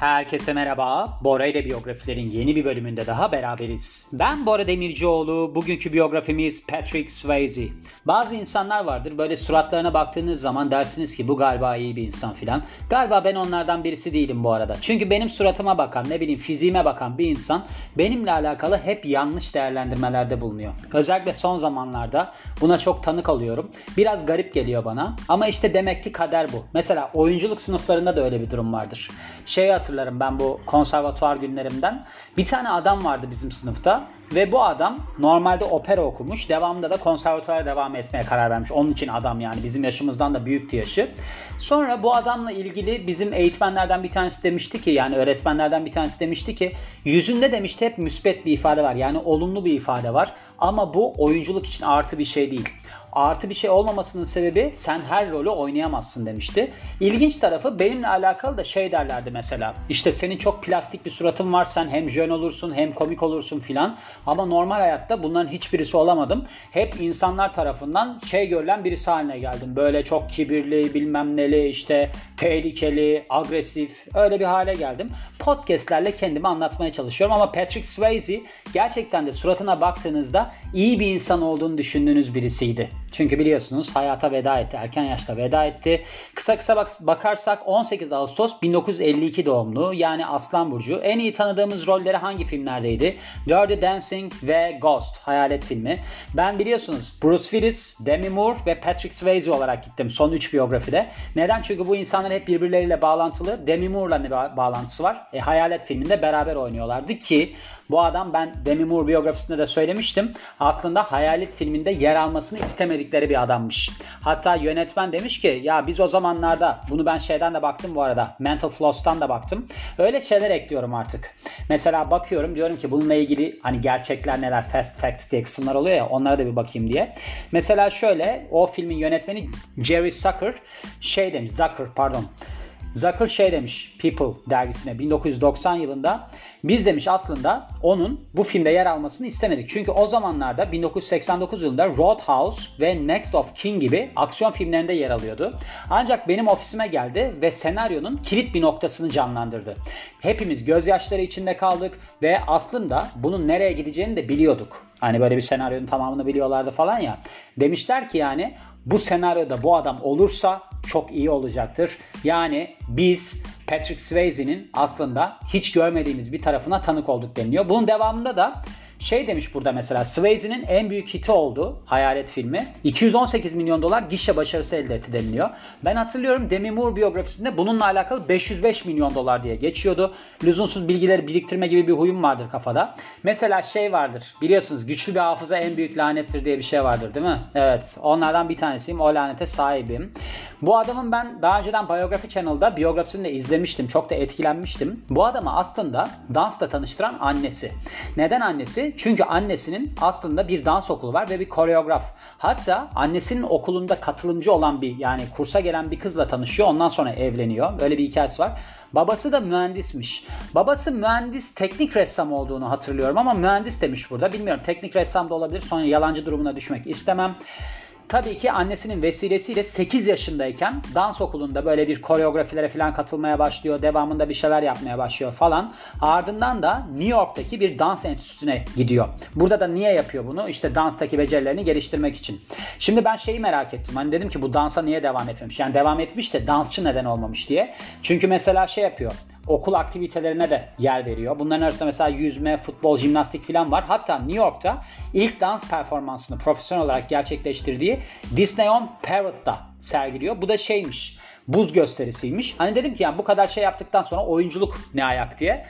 Herkese merhaba. Bora ile biyografilerin yeni bir bölümünde daha beraberiz. Ben Bora Demircioğlu. Bugünkü biyografimiz Patrick Swayze. Bazı insanlar vardır, böyle suratlarına baktığınız zaman dersiniz ki bu galiba iyi bir insan filan. Galiba ben onlardan birisi değilim bu arada. Çünkü benim suratıma bakan, fiziğime bakan bir insan benimle alakalı hep yanlış değerlendirmelerde bulunuyor. Özellikle son zamanlarda buna çok tanık oluyorum. Biraz garip geliyor bana ama işte demek ki kader bu. Mesela oyunculuk sınıflarında da öyle bir durum vardır. Hatırlarım ben bu konservatuvar günlerimden. Bir tane adam vardı bizim sınıfta ve bu adam normalde opera okumuş. Devamında da konservatuvara devam etmeye karar vermiş. Onun için adam, yani bizim yaşımızdan da büyüktü yaşı. Sonra bu adamla ilgili bizim eğitmenlerden bir tanesi demişti ki, yani öğretmenlerden bir tanesi demişti ki, yüzünde demişti hep müspet bir ifade var. Yani olumlu bir ifade var. Ama bu oyunculuk için artı bir şey değil. Artı bir şey olmamasının sebebi sen her rolü oynayamazsın demişti. İlginç tarafı benimle alakalı da derlerdi mesela. İşte senin çok plastik bir suratın var, sen hem jön olursun hem komik olursun filan. Ama normal hayatta bunların hiçbirisi olamadım. Hep insanlar tarafından görülen birisi haline geldim. Böyle çok kibirli, bilmem neli, işte tehlikeli, agresif, öyle bir hale geldim. Podcastlerle kendimi anlatmaya çalışıyorum ama Patrick Swayze gerçekten de suratına baktığınızda iyi bir insan olduğunu düşündüğünüz birisiydi. Çünkü biliyorsunuz hayata veda etti. Erken yaşta veda etti. Kısa bakarsak 18 Ağustos 1952 doğumlu. Yani Aslan Burcu. En iyi tanıdığımız rolleri hangi filmlerdeydi? Dirty Dancing ve Ghost. Hayalet filmi. Ben biliyorsunuz Bruce Willis, Demi Moore ve Patrick Swayze olarak gittim son 3 biyografide. Neden? Çünkü bu insanlar hep birbirleriyle bağlantılı. Demi Moore'la ne bağlantısı var? Hayalet filminde beraber oynuyorlardı ki bu adam, ben Demi Moore biyografisinde de söylemiştim, aslında Hayalet filminde yer almasını istemedikleri bir adammış. Hatta yönetmen demiş ki ya biz o zamanlarda, bunu ben de baktım bu arada, Mental Floss'tan da baktım. Öyle şeyler ekliyorum artık. Mesela bakıyorum, diyorum ki bununla ilgili hani gerçekler neler, fast facts diye kısımlar oluyor ya, onlara da bir bakayım diye. Mesela şöyle, o filmin yönetmeni Jerry Zucker demiş People dergisine 1990 yılında, biz demiş aslında onun bu filmde yer almasını istemedik. Çünkü o zamanlarda 1989 yılında Roadhouse ve Next of Kin gibi aksiyon filmlerinde yer alıyordu. Ancak benim ofisime geldi ve senaryonun kilit bir noktasını canlandırdı. Hepimiz gözyaşları içinde kaldık ve aslında bunun nereye gideceğini de biliyorduk. Hani böyle bir senaryonun tamamını biliyorlardı falan ya. Demişler ki yani bu senaryoda bu adam olursa çok iyi olacaktır. Yani biz Patrick Swayze'nin aslında hiç görmediğimiz bir tarafına tanık olduk deniliyor. Bunun devamında da demiş burada mesela, Swayze'nin en büyük hiti oldu Hayalet filmi. 218 milyon dolar gişe başarısı elde etti deniliyor. Ben hatırlıyorum Demi Moore biyografisinde bununla alakalı 505 milyon dolar diye geçiyordu. Lüzumsuz bilgileri biriktirme gibi bir huyum vardır kafada. Mesela vardır, biliyorsunuz, güçlü bir hafıza en büyük lanettir diye bir şey vardır değil mi? Evet, onlardan bir tanesiyim, o lanete sahibim. Bu adamın ben daha önceden Biography Channel'da biyografisini de izlemiştim. Çok da etkilenmiştim. Bu adamı aslında dansla tanıştıran annesi. Neden annesi? Çünkü annesinin aslında bir dans okulu var ve bir koreograf. Hatta annesinin okulunda katılımcı olan yani kursa gelen bir kızla tanışıyor. Ondan sonra evleniyor. Böyle bir hikayesi var. Babası da mühendismiş. Babası mühendis, teknik ressam olduğunu hatırlıyorum ama mühendis demiş burada. Bilmiyorum, teknik ressam da olabilir. Sonra yalancı durumuna düşmek istemem. Tabii ki annesinin vesilesiyle 8 yaşındayken dans okulunda böyle bir koreografilere falan katılmaya başlıyor. Devamında bir şeyler yapmaya başlıyor falan. Ardından da New York'taki bir dans enstitüsüne gidiyor. Burada da niye yapıyor bunu? İşte danstaki becerilerini geliştirmek için. Şimdi ben merak ettim. Hani dedim ki bu dansa niye devam etmemiş? Yani devam etmiş de dansçı neden olmamış diye. Çünkü mesela yapıyor. Okul aktivitelerine de yer veriyor. Bunların arasında mesela yüzme, futbol, jimnastik falan var. Hatta New York'ta ilk dans performansını profesyonel olarak gerçekleştirdiği Disney on Parrot'ta sergiliyor. Bu da buz gösterisiymiş. Hani dedim ki yani bu kadar yaptıktan sonra oyunculuk ne ayak diye.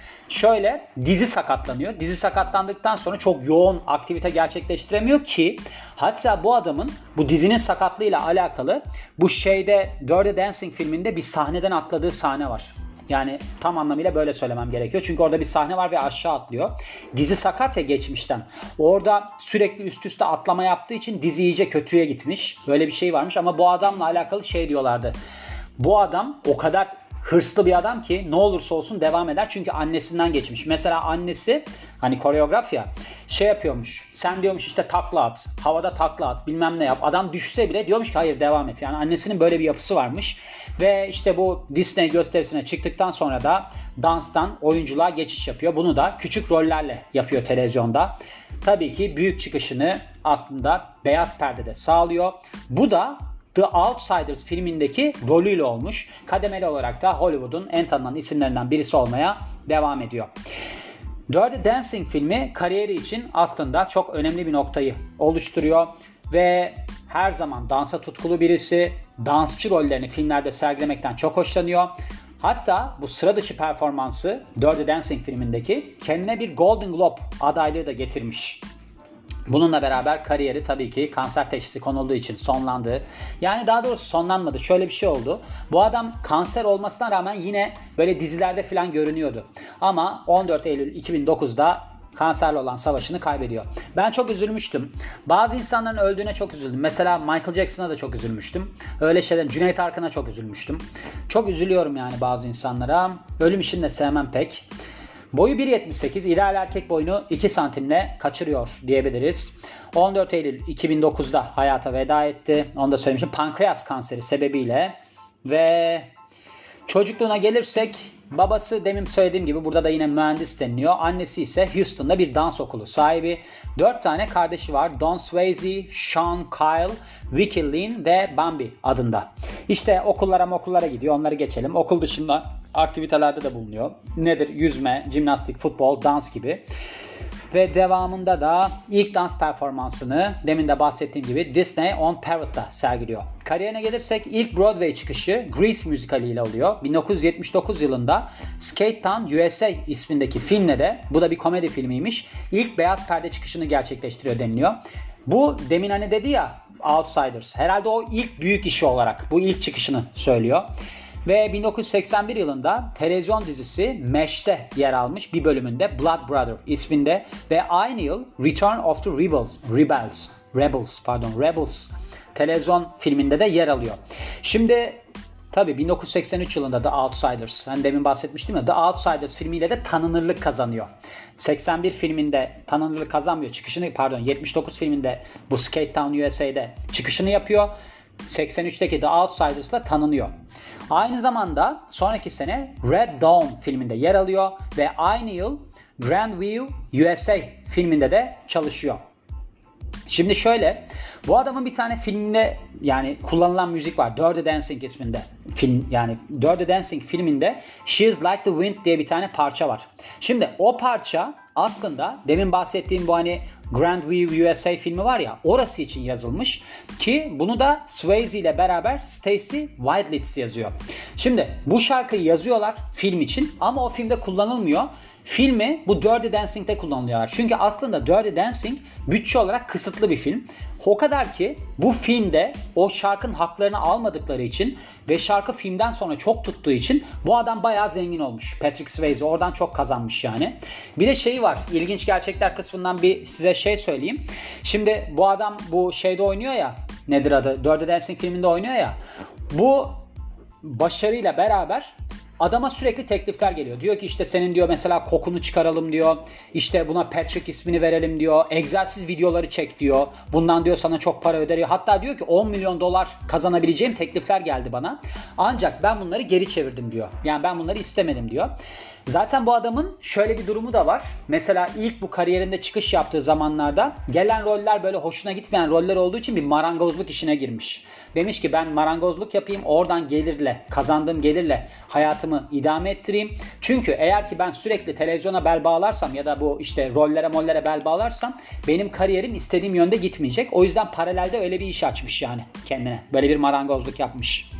Dizi sakatlanıyor. Dizi sakatlandıktan sonra çok yoğun aktivite gerçekleştiremiyor ki hatta bu adamın bu dizinin sakatlığıyla alakalı bu Dirty Dancing filminde bir sahneden atladığı sahne var. Yani tam anlamıyla böyle söylemem gerekiyor. Çünkü orada bir sahne var ve aşağı atlıyor. Dizi sakat ya geçmişten. Orada sürekli üst üste atlama yaptığı için dizi iyice kötüye gitmiş. Böyle bir şey varmış ama bu adamla alakalı diyorlardı. Bu adam o kadar hırslı bir adam ki ne olursa olsun devam eder. Çünkü annesinden geçmiş. Mesela annesi hani koreograf ya şey yapıyormuş. Sen diyormuş işte takla at. Havada takla at. Bilmem ne yap. Adam düşse bile diyormuş ki hayır devam et. Yani annesinin böyle bir yapısı varmış. Ve işte bu Disney gösterisine çıktıktan sonra da danstan oyunculuğa geçiş yapıyor. Bunu da küçük rollerle yapıyor televizyonda. Tabii ki büyük çıkışını aslında beyaz perdede sağlıyor. Bu da The Outsiders filmindeki rolüyle olmuş. Kademeli olarak da Hollywood'un en tanınan isimlerinden birisi olmaya devam ediyor. Dirty Dancing filmi kariyeri için aslında çok önemli bir noktayı oluşturuyor ve her zaman dansa tutkulu birisi, dansçı rollerini filmlerde sergilemekten çok hoşlanıyor. Hatta bu sıra dışı performansı Dirty Dancing filmindeki kendine bir Golden Globe adaylığı da getirmiş. Bununla beraber kariyeri tabii ki kanser teşhisi konulduğu için sonlandı. Yani daha doğrusu sonlanmadı. Şöyle bir şey oldu. Bu adam kanser olmasına rağmen yine böyle dizilerde falan görünüyordu. Ama 14 Eylül 2009'da kanserle olan savaşını kaybediyor. Ben çok üzülmüştüm. Bazı insanların öldüğüne çok üzüldüm. Mesela Michael Jackson'a da çok üzülmüştüm. Öyle şeyler. Cüneyt Arkın'a çok üzülmüştüm. Çok üzülüyorum yani bazı insanlara. Ölüm işini de sevmem pek. Boyu 1.78, ideal erkek boyunu 2 santimle kaçırıyor diyebiliriz. 14 Eylül 2009'da hayata veda etti. Onu da söylemiştim. Pankreas kanseri sebebiyle. Ve çocukluğuna gelirsek babası demin söylediğim gibi burada da yine mühendis deniliyor. Annesi ise Houston'da bir dans okulu sahibi. 4 tane kardeşi var. Don Swayze, Sean Kyle, Vicky Lynn ve Bambi adında. İşte okullara gidiyor. Onları geçelim. Okul dışında aktivitelerde de bulunuyor. Nedir? Yüzme, jimnastik, futbol, dans gibi. Ve devamında da ilk dans performansını demin de bahsettiğim gibi Disney on Parrot'ta sergiliyor. Kariyerine gelirsek ilk Broadway çıkışı Grease müzikaliyle oluyor. 1979 yılında Skate Town USA ismindeki filmle de, bu da bir komedi filmiymiş, ilk beyaz perde çıkışını gerçekleştiriyor deniliyor. Bu demin hani dedi ya Outsiders, herhalde o ilk büyük işi olarak bu ilk çıkışını söylüyor. Ve 1981 yılında televizyon dizisi MASH'te yer almış bir bölümünde Blood Brother isminde ve aynı yıl Return of the Rebels televizyon filminde de yer alıyor. Şimdi tabii 1983 yılında The Outsiders, hani demin bahsetmiştim ya, The Outsiders filmiyle de tanınırlık kazanıyor. 81 filminde tanınırlık kazanmıyor. 79 filminde bu Skate Town USA'de çıkışını yapıyor. 83'teki The Outsiders'la tanınıyor. Aynı zamanda sonraki sene Red Dawn filminde yer alıyor ve aynı yıl Grandview USA filminde de çalışıyor. Şimdi şöyle, bu adamın bir tane filminde yani kullanılan müzik var. Dirty Dancing isminde. Yani Dirty Dancing filminde She's Like the Wind diye bir tane parça var. Şimdi o parça aslında demin bahsettiğim bu hani Grandview USA filmi var ya, orası için yazılmış ki bunu da Swayze ile beraber Stacey Wydlitz yazıyor. Şimdi bu şarkıyı yazıyorlar film için ama o filmde kullanılmıyor. Filmi bu Dirty Dancing'de kullanılıyorlar. Çünkü aslında Dirty Dancing bütçe olarak kısıtlı bir film. O kadar ki bu filmde o şarkının haklarını almadıkları için ve şarkı filmden sonra çok tuttuğu için bu adam bayağı zengin olmuş. Patrick Swayze oradan çok kazanmış yani. Bir de şeyi var, ilginç gerçekler kısmından bir size şey söyleyeyim. Şimdi bu adam bu şeyde oynuyor ya, nedir adı? Dirty Dancing filminde oynuyor ya. Bu başarıyla beraber adama sürekli teklifler geliyor. Diyor ki işte senin diyor mesela kokunu çıkaralım diyor. İşte buna Patrick ismini verelim diyor. Egzersiz videoları çek diyor. Bundan diyor sana çok para öderiyor. Hatta diyor ki 10 milyon dolar kazanabileceğim teklifler geldi bana. Ancak ben bunları geri çevirdim diyor. Yani ben bunları istemedim diyor. Zaten bu adamın şöyle bir durumu da var. Mesela ilk bu kariyerinde çıkış yaptığı zamanlarda gelen roller böyle hoşuna gitmeyen roller olduğu için bir marangozluk işine girmiş. Demiş ki ben marangozluk yapayım, oradan gelirle, kazandığım gelirle hayatımı idame ettireyim. Çünkü eğer ki ben sürekli televizyona bel bağlarsam ya da bu işte rollere bel bağlarsam benim kariyerim istediğim yönde gitmeyecek. O yüzden paralelde öyle bir iş açmış yani kendine. Böyle bir marangozluk yapmış.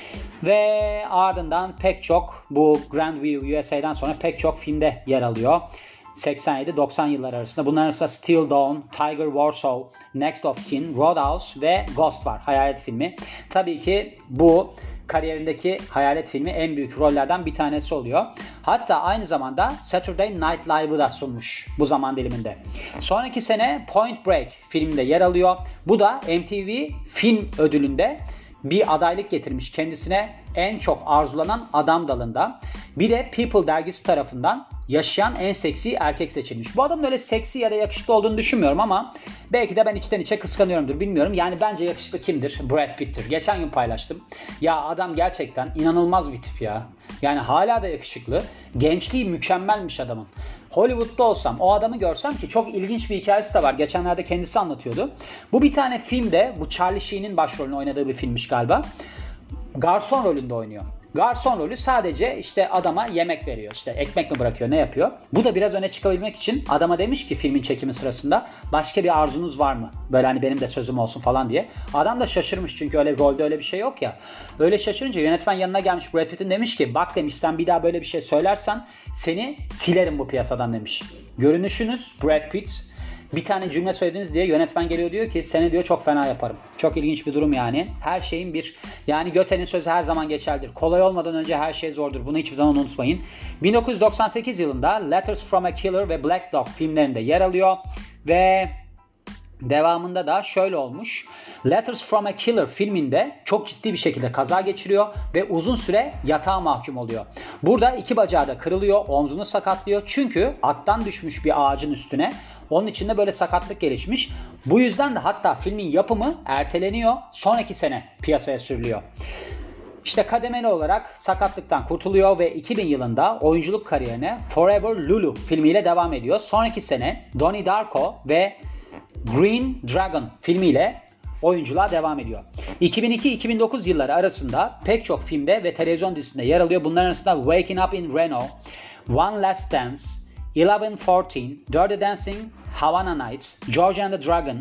Ve ardından pek çok bu Grandview USA'dan sonra pek çok filmde yer alıyor. 87-90 yılları arasında. Bunların arasında Still Dawn, Tiger Warsaw, Next of Kin, Roadhouse ve Ghost var. Hayalet filmi. Tabii ki bu kariyerindeki Hayalet filmi en büyük rollerden bir tanesi oluyor. Hatta aynı zamanda Saturday Night Live'ı da sunmuş bu zaman diliminde. Sonraki sene Point Break filminde yer alıyor. Bu da MTV Film Ödülü'nde bir adaylık getirmiş kendisine en çok arzulanan adam dalında. Bir de People dergisi tarafından yaşayan en seksi erkek seçilmiş. Bu adamın öyle seksi ya da yakışıklı olduğunu düşünmüyorum ama belki de ben içten içe kıskanıyorumdur, bilmiyorum. Yani bence yakışıklı kimdir? Brad Pitt'tir. Geçen gün paylaştım. Ya adam gerçekten inanılmaz bir tip ya. Yani hala da yakışıklı. Gençliği mükemmelmiş adamın. Hollywood'da olsam, o adamı görsem, ki çok ilginç bir hikayesi de var. Geçenlerde kendisi anlatıyordu. Bu bir tane filmde, bu Charlie Sheen'in başrolünü oynadığı bir filmmiş galiba. Garson rolünde oynuyor. Garson rolü sadece işte adama yemek veriyor. İşte ekmek mi bırakıyor, ne yapıyor? Bu da biraz öne çıkabilmek için adama demiş ki filmin çekimi sırasında, başka bir arzunuz var mı? Böyle hani benim de sözüm olsun falan diye. Adam da şaşırmış çünkü öyle rolde öyle bir şey yok ya. Öyle şaşırınca yönetmen yanına gelmiş Brad Pitt'in, demiş ki bak demiş, sen bir daha böyle bir şey söylersen seni silerim bu piyasadan demiş. Görünüşünüz Brad Pitt, bir tane cümle söylediniz diye yönetmen geliyor, diyor ki seni diyor çok fena yaparım. Çok ilginç bir durum yani. Her şeyin bir, yani Göte'nin sözü her zaman geçerlidir. Kolay olmadan önce her şey zordur. Bunu hiçbir zaman unutmayın. 1998 yılında Letters from a Killer ve Black Dog filmlerinde yer alıyor ve devamında da şöyle olmuş. Letters from a Killer filminde çok ciddi bir şekilde kaza geçiriyor ve uzun süre yatağa mahkum oluyor. Burada iki bacağı da kırılıyor, omzunu sakatlıyor. Çünkü attan düşmüş bir ağacın üstüne. Onun içinde böyle sakatlık gelişmiş. Bu yüzden de hatta filmin yapımı erteleniyor. Sonraki sene piyasaya sürülüyor. İşte kademeli olarak sakatlıktan kurtuluyor ve 2000 yılında oyunculuk kariyerine Forever Lulu filmiyle devam ediyor. Sonraki sene Donnie Darko ve Green Dragon filmiyle oyunculuğa devam ediyor. 2002-2009 yılları arasında pek çok filmde ve televizyon dizisinde yer alıyor. Bunların arasında Waking Up in Reno, One Last Dance, 11-14, Dirty Dancing, Havana Nights, George and the Dragon,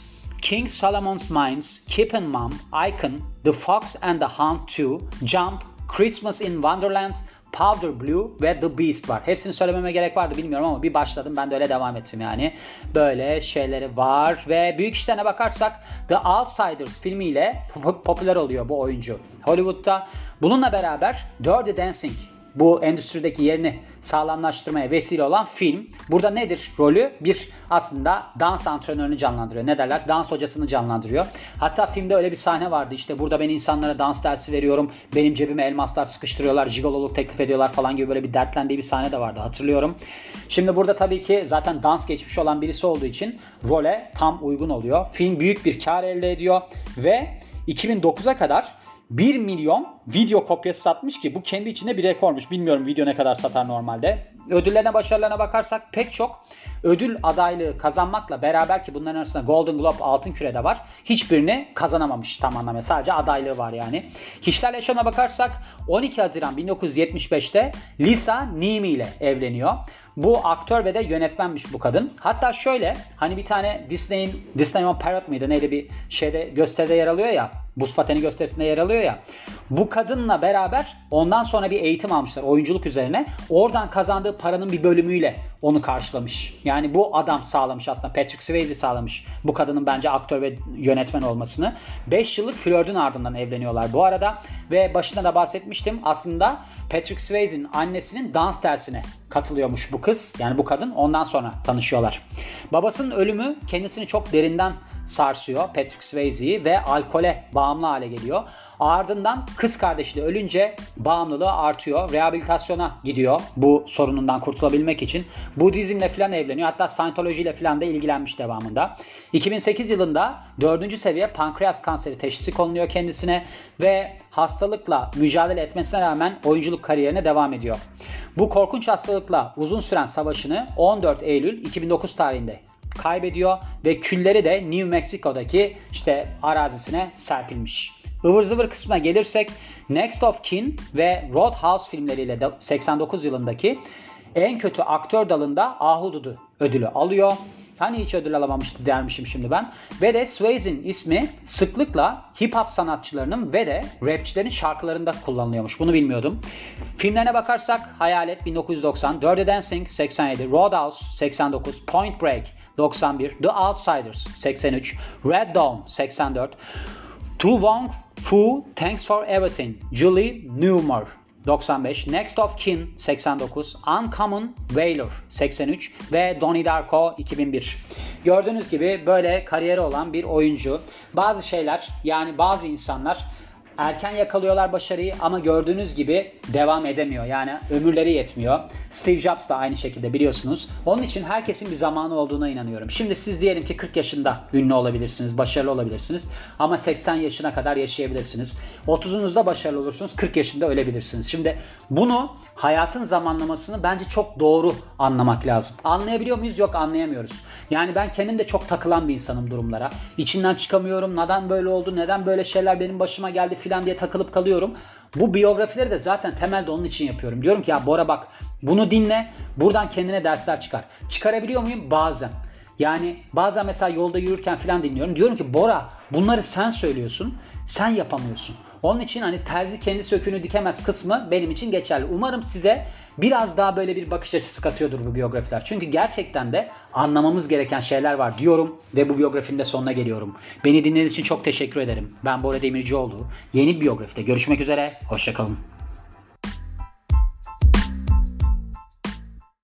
King Solomon's Mines, Keep and Mum, Icon, The Fox and the Hound 2, Jump, Christmas in Wonderland, Powder Blue ve The Beast var. Hepsini söylememe gerek vardı bilmiyorum ama bir başladım, ben de öyle devam ettim yani. Böyle şeyleri var ve büyük işlerine bakarsak The Outsiders filmiyle popüler oluyor bu oyuncu Hollywood'da. Bununla beraber Dirty Dancing, bu endüstrideki yerini sağlamlaştırmaya vesile olan film. Burada nedir rolü? Bir aslında dans antrenörünü canlandırıyor. Ne derler? Dans hocasını canlandırıyor. Hatta filmde öyle bir sahne vardı. İşte burada ben insanlara dans dersi veriyorum. Benim cebime elmaslar sıkıştırıyorlar. Jigololuk teklif ediyorlar falan gibi böyle bir dertlendiği bir sahne de vardı. Hatırlıyorum. Şimdi burada tabii ki zaten dans geçmiş olan birisi olduğu için role tam uygun oluyor. Film büyük bir kar elde ediyor ve 2009'a kadar 1 milyon video kopyası satmış ki bu kendi içinde bir rekormuş. Bilmiyorum video ne kadar satar normalde. Ödüllerine, başarılarına bakarsak pek çok ödül adaylığı kazanmakla beraber, ki bunların arasında Golden Globe, Altın Küre de var, hiçbirini kazanamamış tam anlamıyla. Sadece adaylığı var yani. Kişisel yaşamına bakarsak 12 Haziran 1975'te Lisa Niemi ile evleniyor. Bu aktör ve de yönetmenmiş bu kadın. Hatta şöyle, hani bir tane Disney on Parrot mıydı neydi, bir şeyde, gösteride yer alıyor ya. Buz pateni gösterisinde yer alıyor ya. Bu kadınla beraber ondan sonra bir eğitim almışlar oyunculuk üzerine. Oradan kazandığı paranın bir bölümüyle onu karşılamış. Yani bu adam sağlamış aslında. Patrick Swayze sağlamış bu kadının bence aktör ve yönetmen olmasını. 5 yıllık flörtün ardından evleniyorlar bu arada. Ve başında da bahsetmiştim. Aslında Patrick Swayze'nin annesinin dans dersine katılıyormuş bu kız. Yani bu kadın, ondan sonra tanışıyorlar. Babasının ölümü kendisini çok derinden sarsıyor, Patrick Swayze'yi, ve alkole bağımlı hale geliyor. Ardından kız kardeşi de ölünce bağımlılığı artıyor. Rehabilitasyona gidiyor bu sorunundan kurtulabilmek için. Budizmle falan evleniyor. Hatta Scientology ile falan da ilgilenmiş devamında. 2008 yılında 4. seviye pankreas kanseri teşhisi konuluyor kendisine ve hastalıkla mücadele etmesine rağmen oyunculuk kariyerine devam ediyor. Bu korkunç hastalıkla uzun süren savaşını 14 Eylül 2009 tarihinde kaybediyor ve külleri de New Mexico'daki işte arazisine serpilmiş. Ivır zıvır kısmına gelirsek, Next of Kin ve Roadhouse filmleriyle de 89 yılındaki en kötü aktör dalında Ahududu ödülü alıyor. Hani hiç ödül alamamıştı dermişim şimdi ben. Ve de Swayze'nin ismi sıklıkla hip hop sanatçılarının ve de rapçilerin şarkılarında kullanılıyormuş. Bunu bilmiyordum. Filmlerine bakarsak Hayalet 1990, Dirty Dancing 87, Roadhouse 89, Point Break 91, The Outsiders 83, Red Dawn 84, To Wong Fu, Thanks for Everything, Julie Newmar 95, Next of Kin 89, Uncommon Valor 83 ve Donnie Darko 2001. Gördüğünüz gibi böyle kariyeri olan bir oyuncu. Bazı şeyler, yani bazı insanlar erken yakalıyorlar başarıyı ama gördüğünüz gibi devam edemiyor. Yani ömürleri yetmiyor. Steve Jobs da aynı şekilde biliyorsunuz. Onun için herkesin bir zamanı olduğuna inanıyorum. Şimdi siz diyelim ki 40 yaşında ünlü olabilirsiniz, başarılı olabilirsiniz ama 80 yaşına kadar yaşayabilirsiniz. 30'unuzda başarılı olursunuz, 40 yaşında ölebilirsiniz. Şimdi bunu, hayatın zamanlamasını bence çok doğru anlamak lazım. Anlayabiliyor muyuz? Yok, anlayamıyoruz. Yani ben kendim de çok takılan bir insanım durumlara. İçinden çıkamıyorum. Neden böyle oldu? Neden böyle şeyler benim başıma geldi filan diye takılıp kalıyorum. Bu biyografileri de zaten temelde onun için yapıyorum. Diyorum ki ya Bora bak, bunu dinle. Buradan kendine dersler çıkar. Çıkarabiliyor muyum? Bazen. Yani bazen mesela yolda yürürken filan dinliyorum. Diyorum ki Bora, bunları sen söylüyorsun. Sen yapamıyorsun. Onun için hani terzi kendi söküğünü dikemez kısmı benim için geçerli. Umarım size biraz daha böyle bir bakış açısı katıyordur bu biyografiler. Çünkü gerçekten de anlamamız gereken şeyler var diyorum ve bu biyografinin de sonuna geliyorum. Beni dinlediğiniz için çok teşekkür ederim. Ben Bora Demircioğlu. Yeni bir biyografide görüşmek üzere. Hoşça kalın.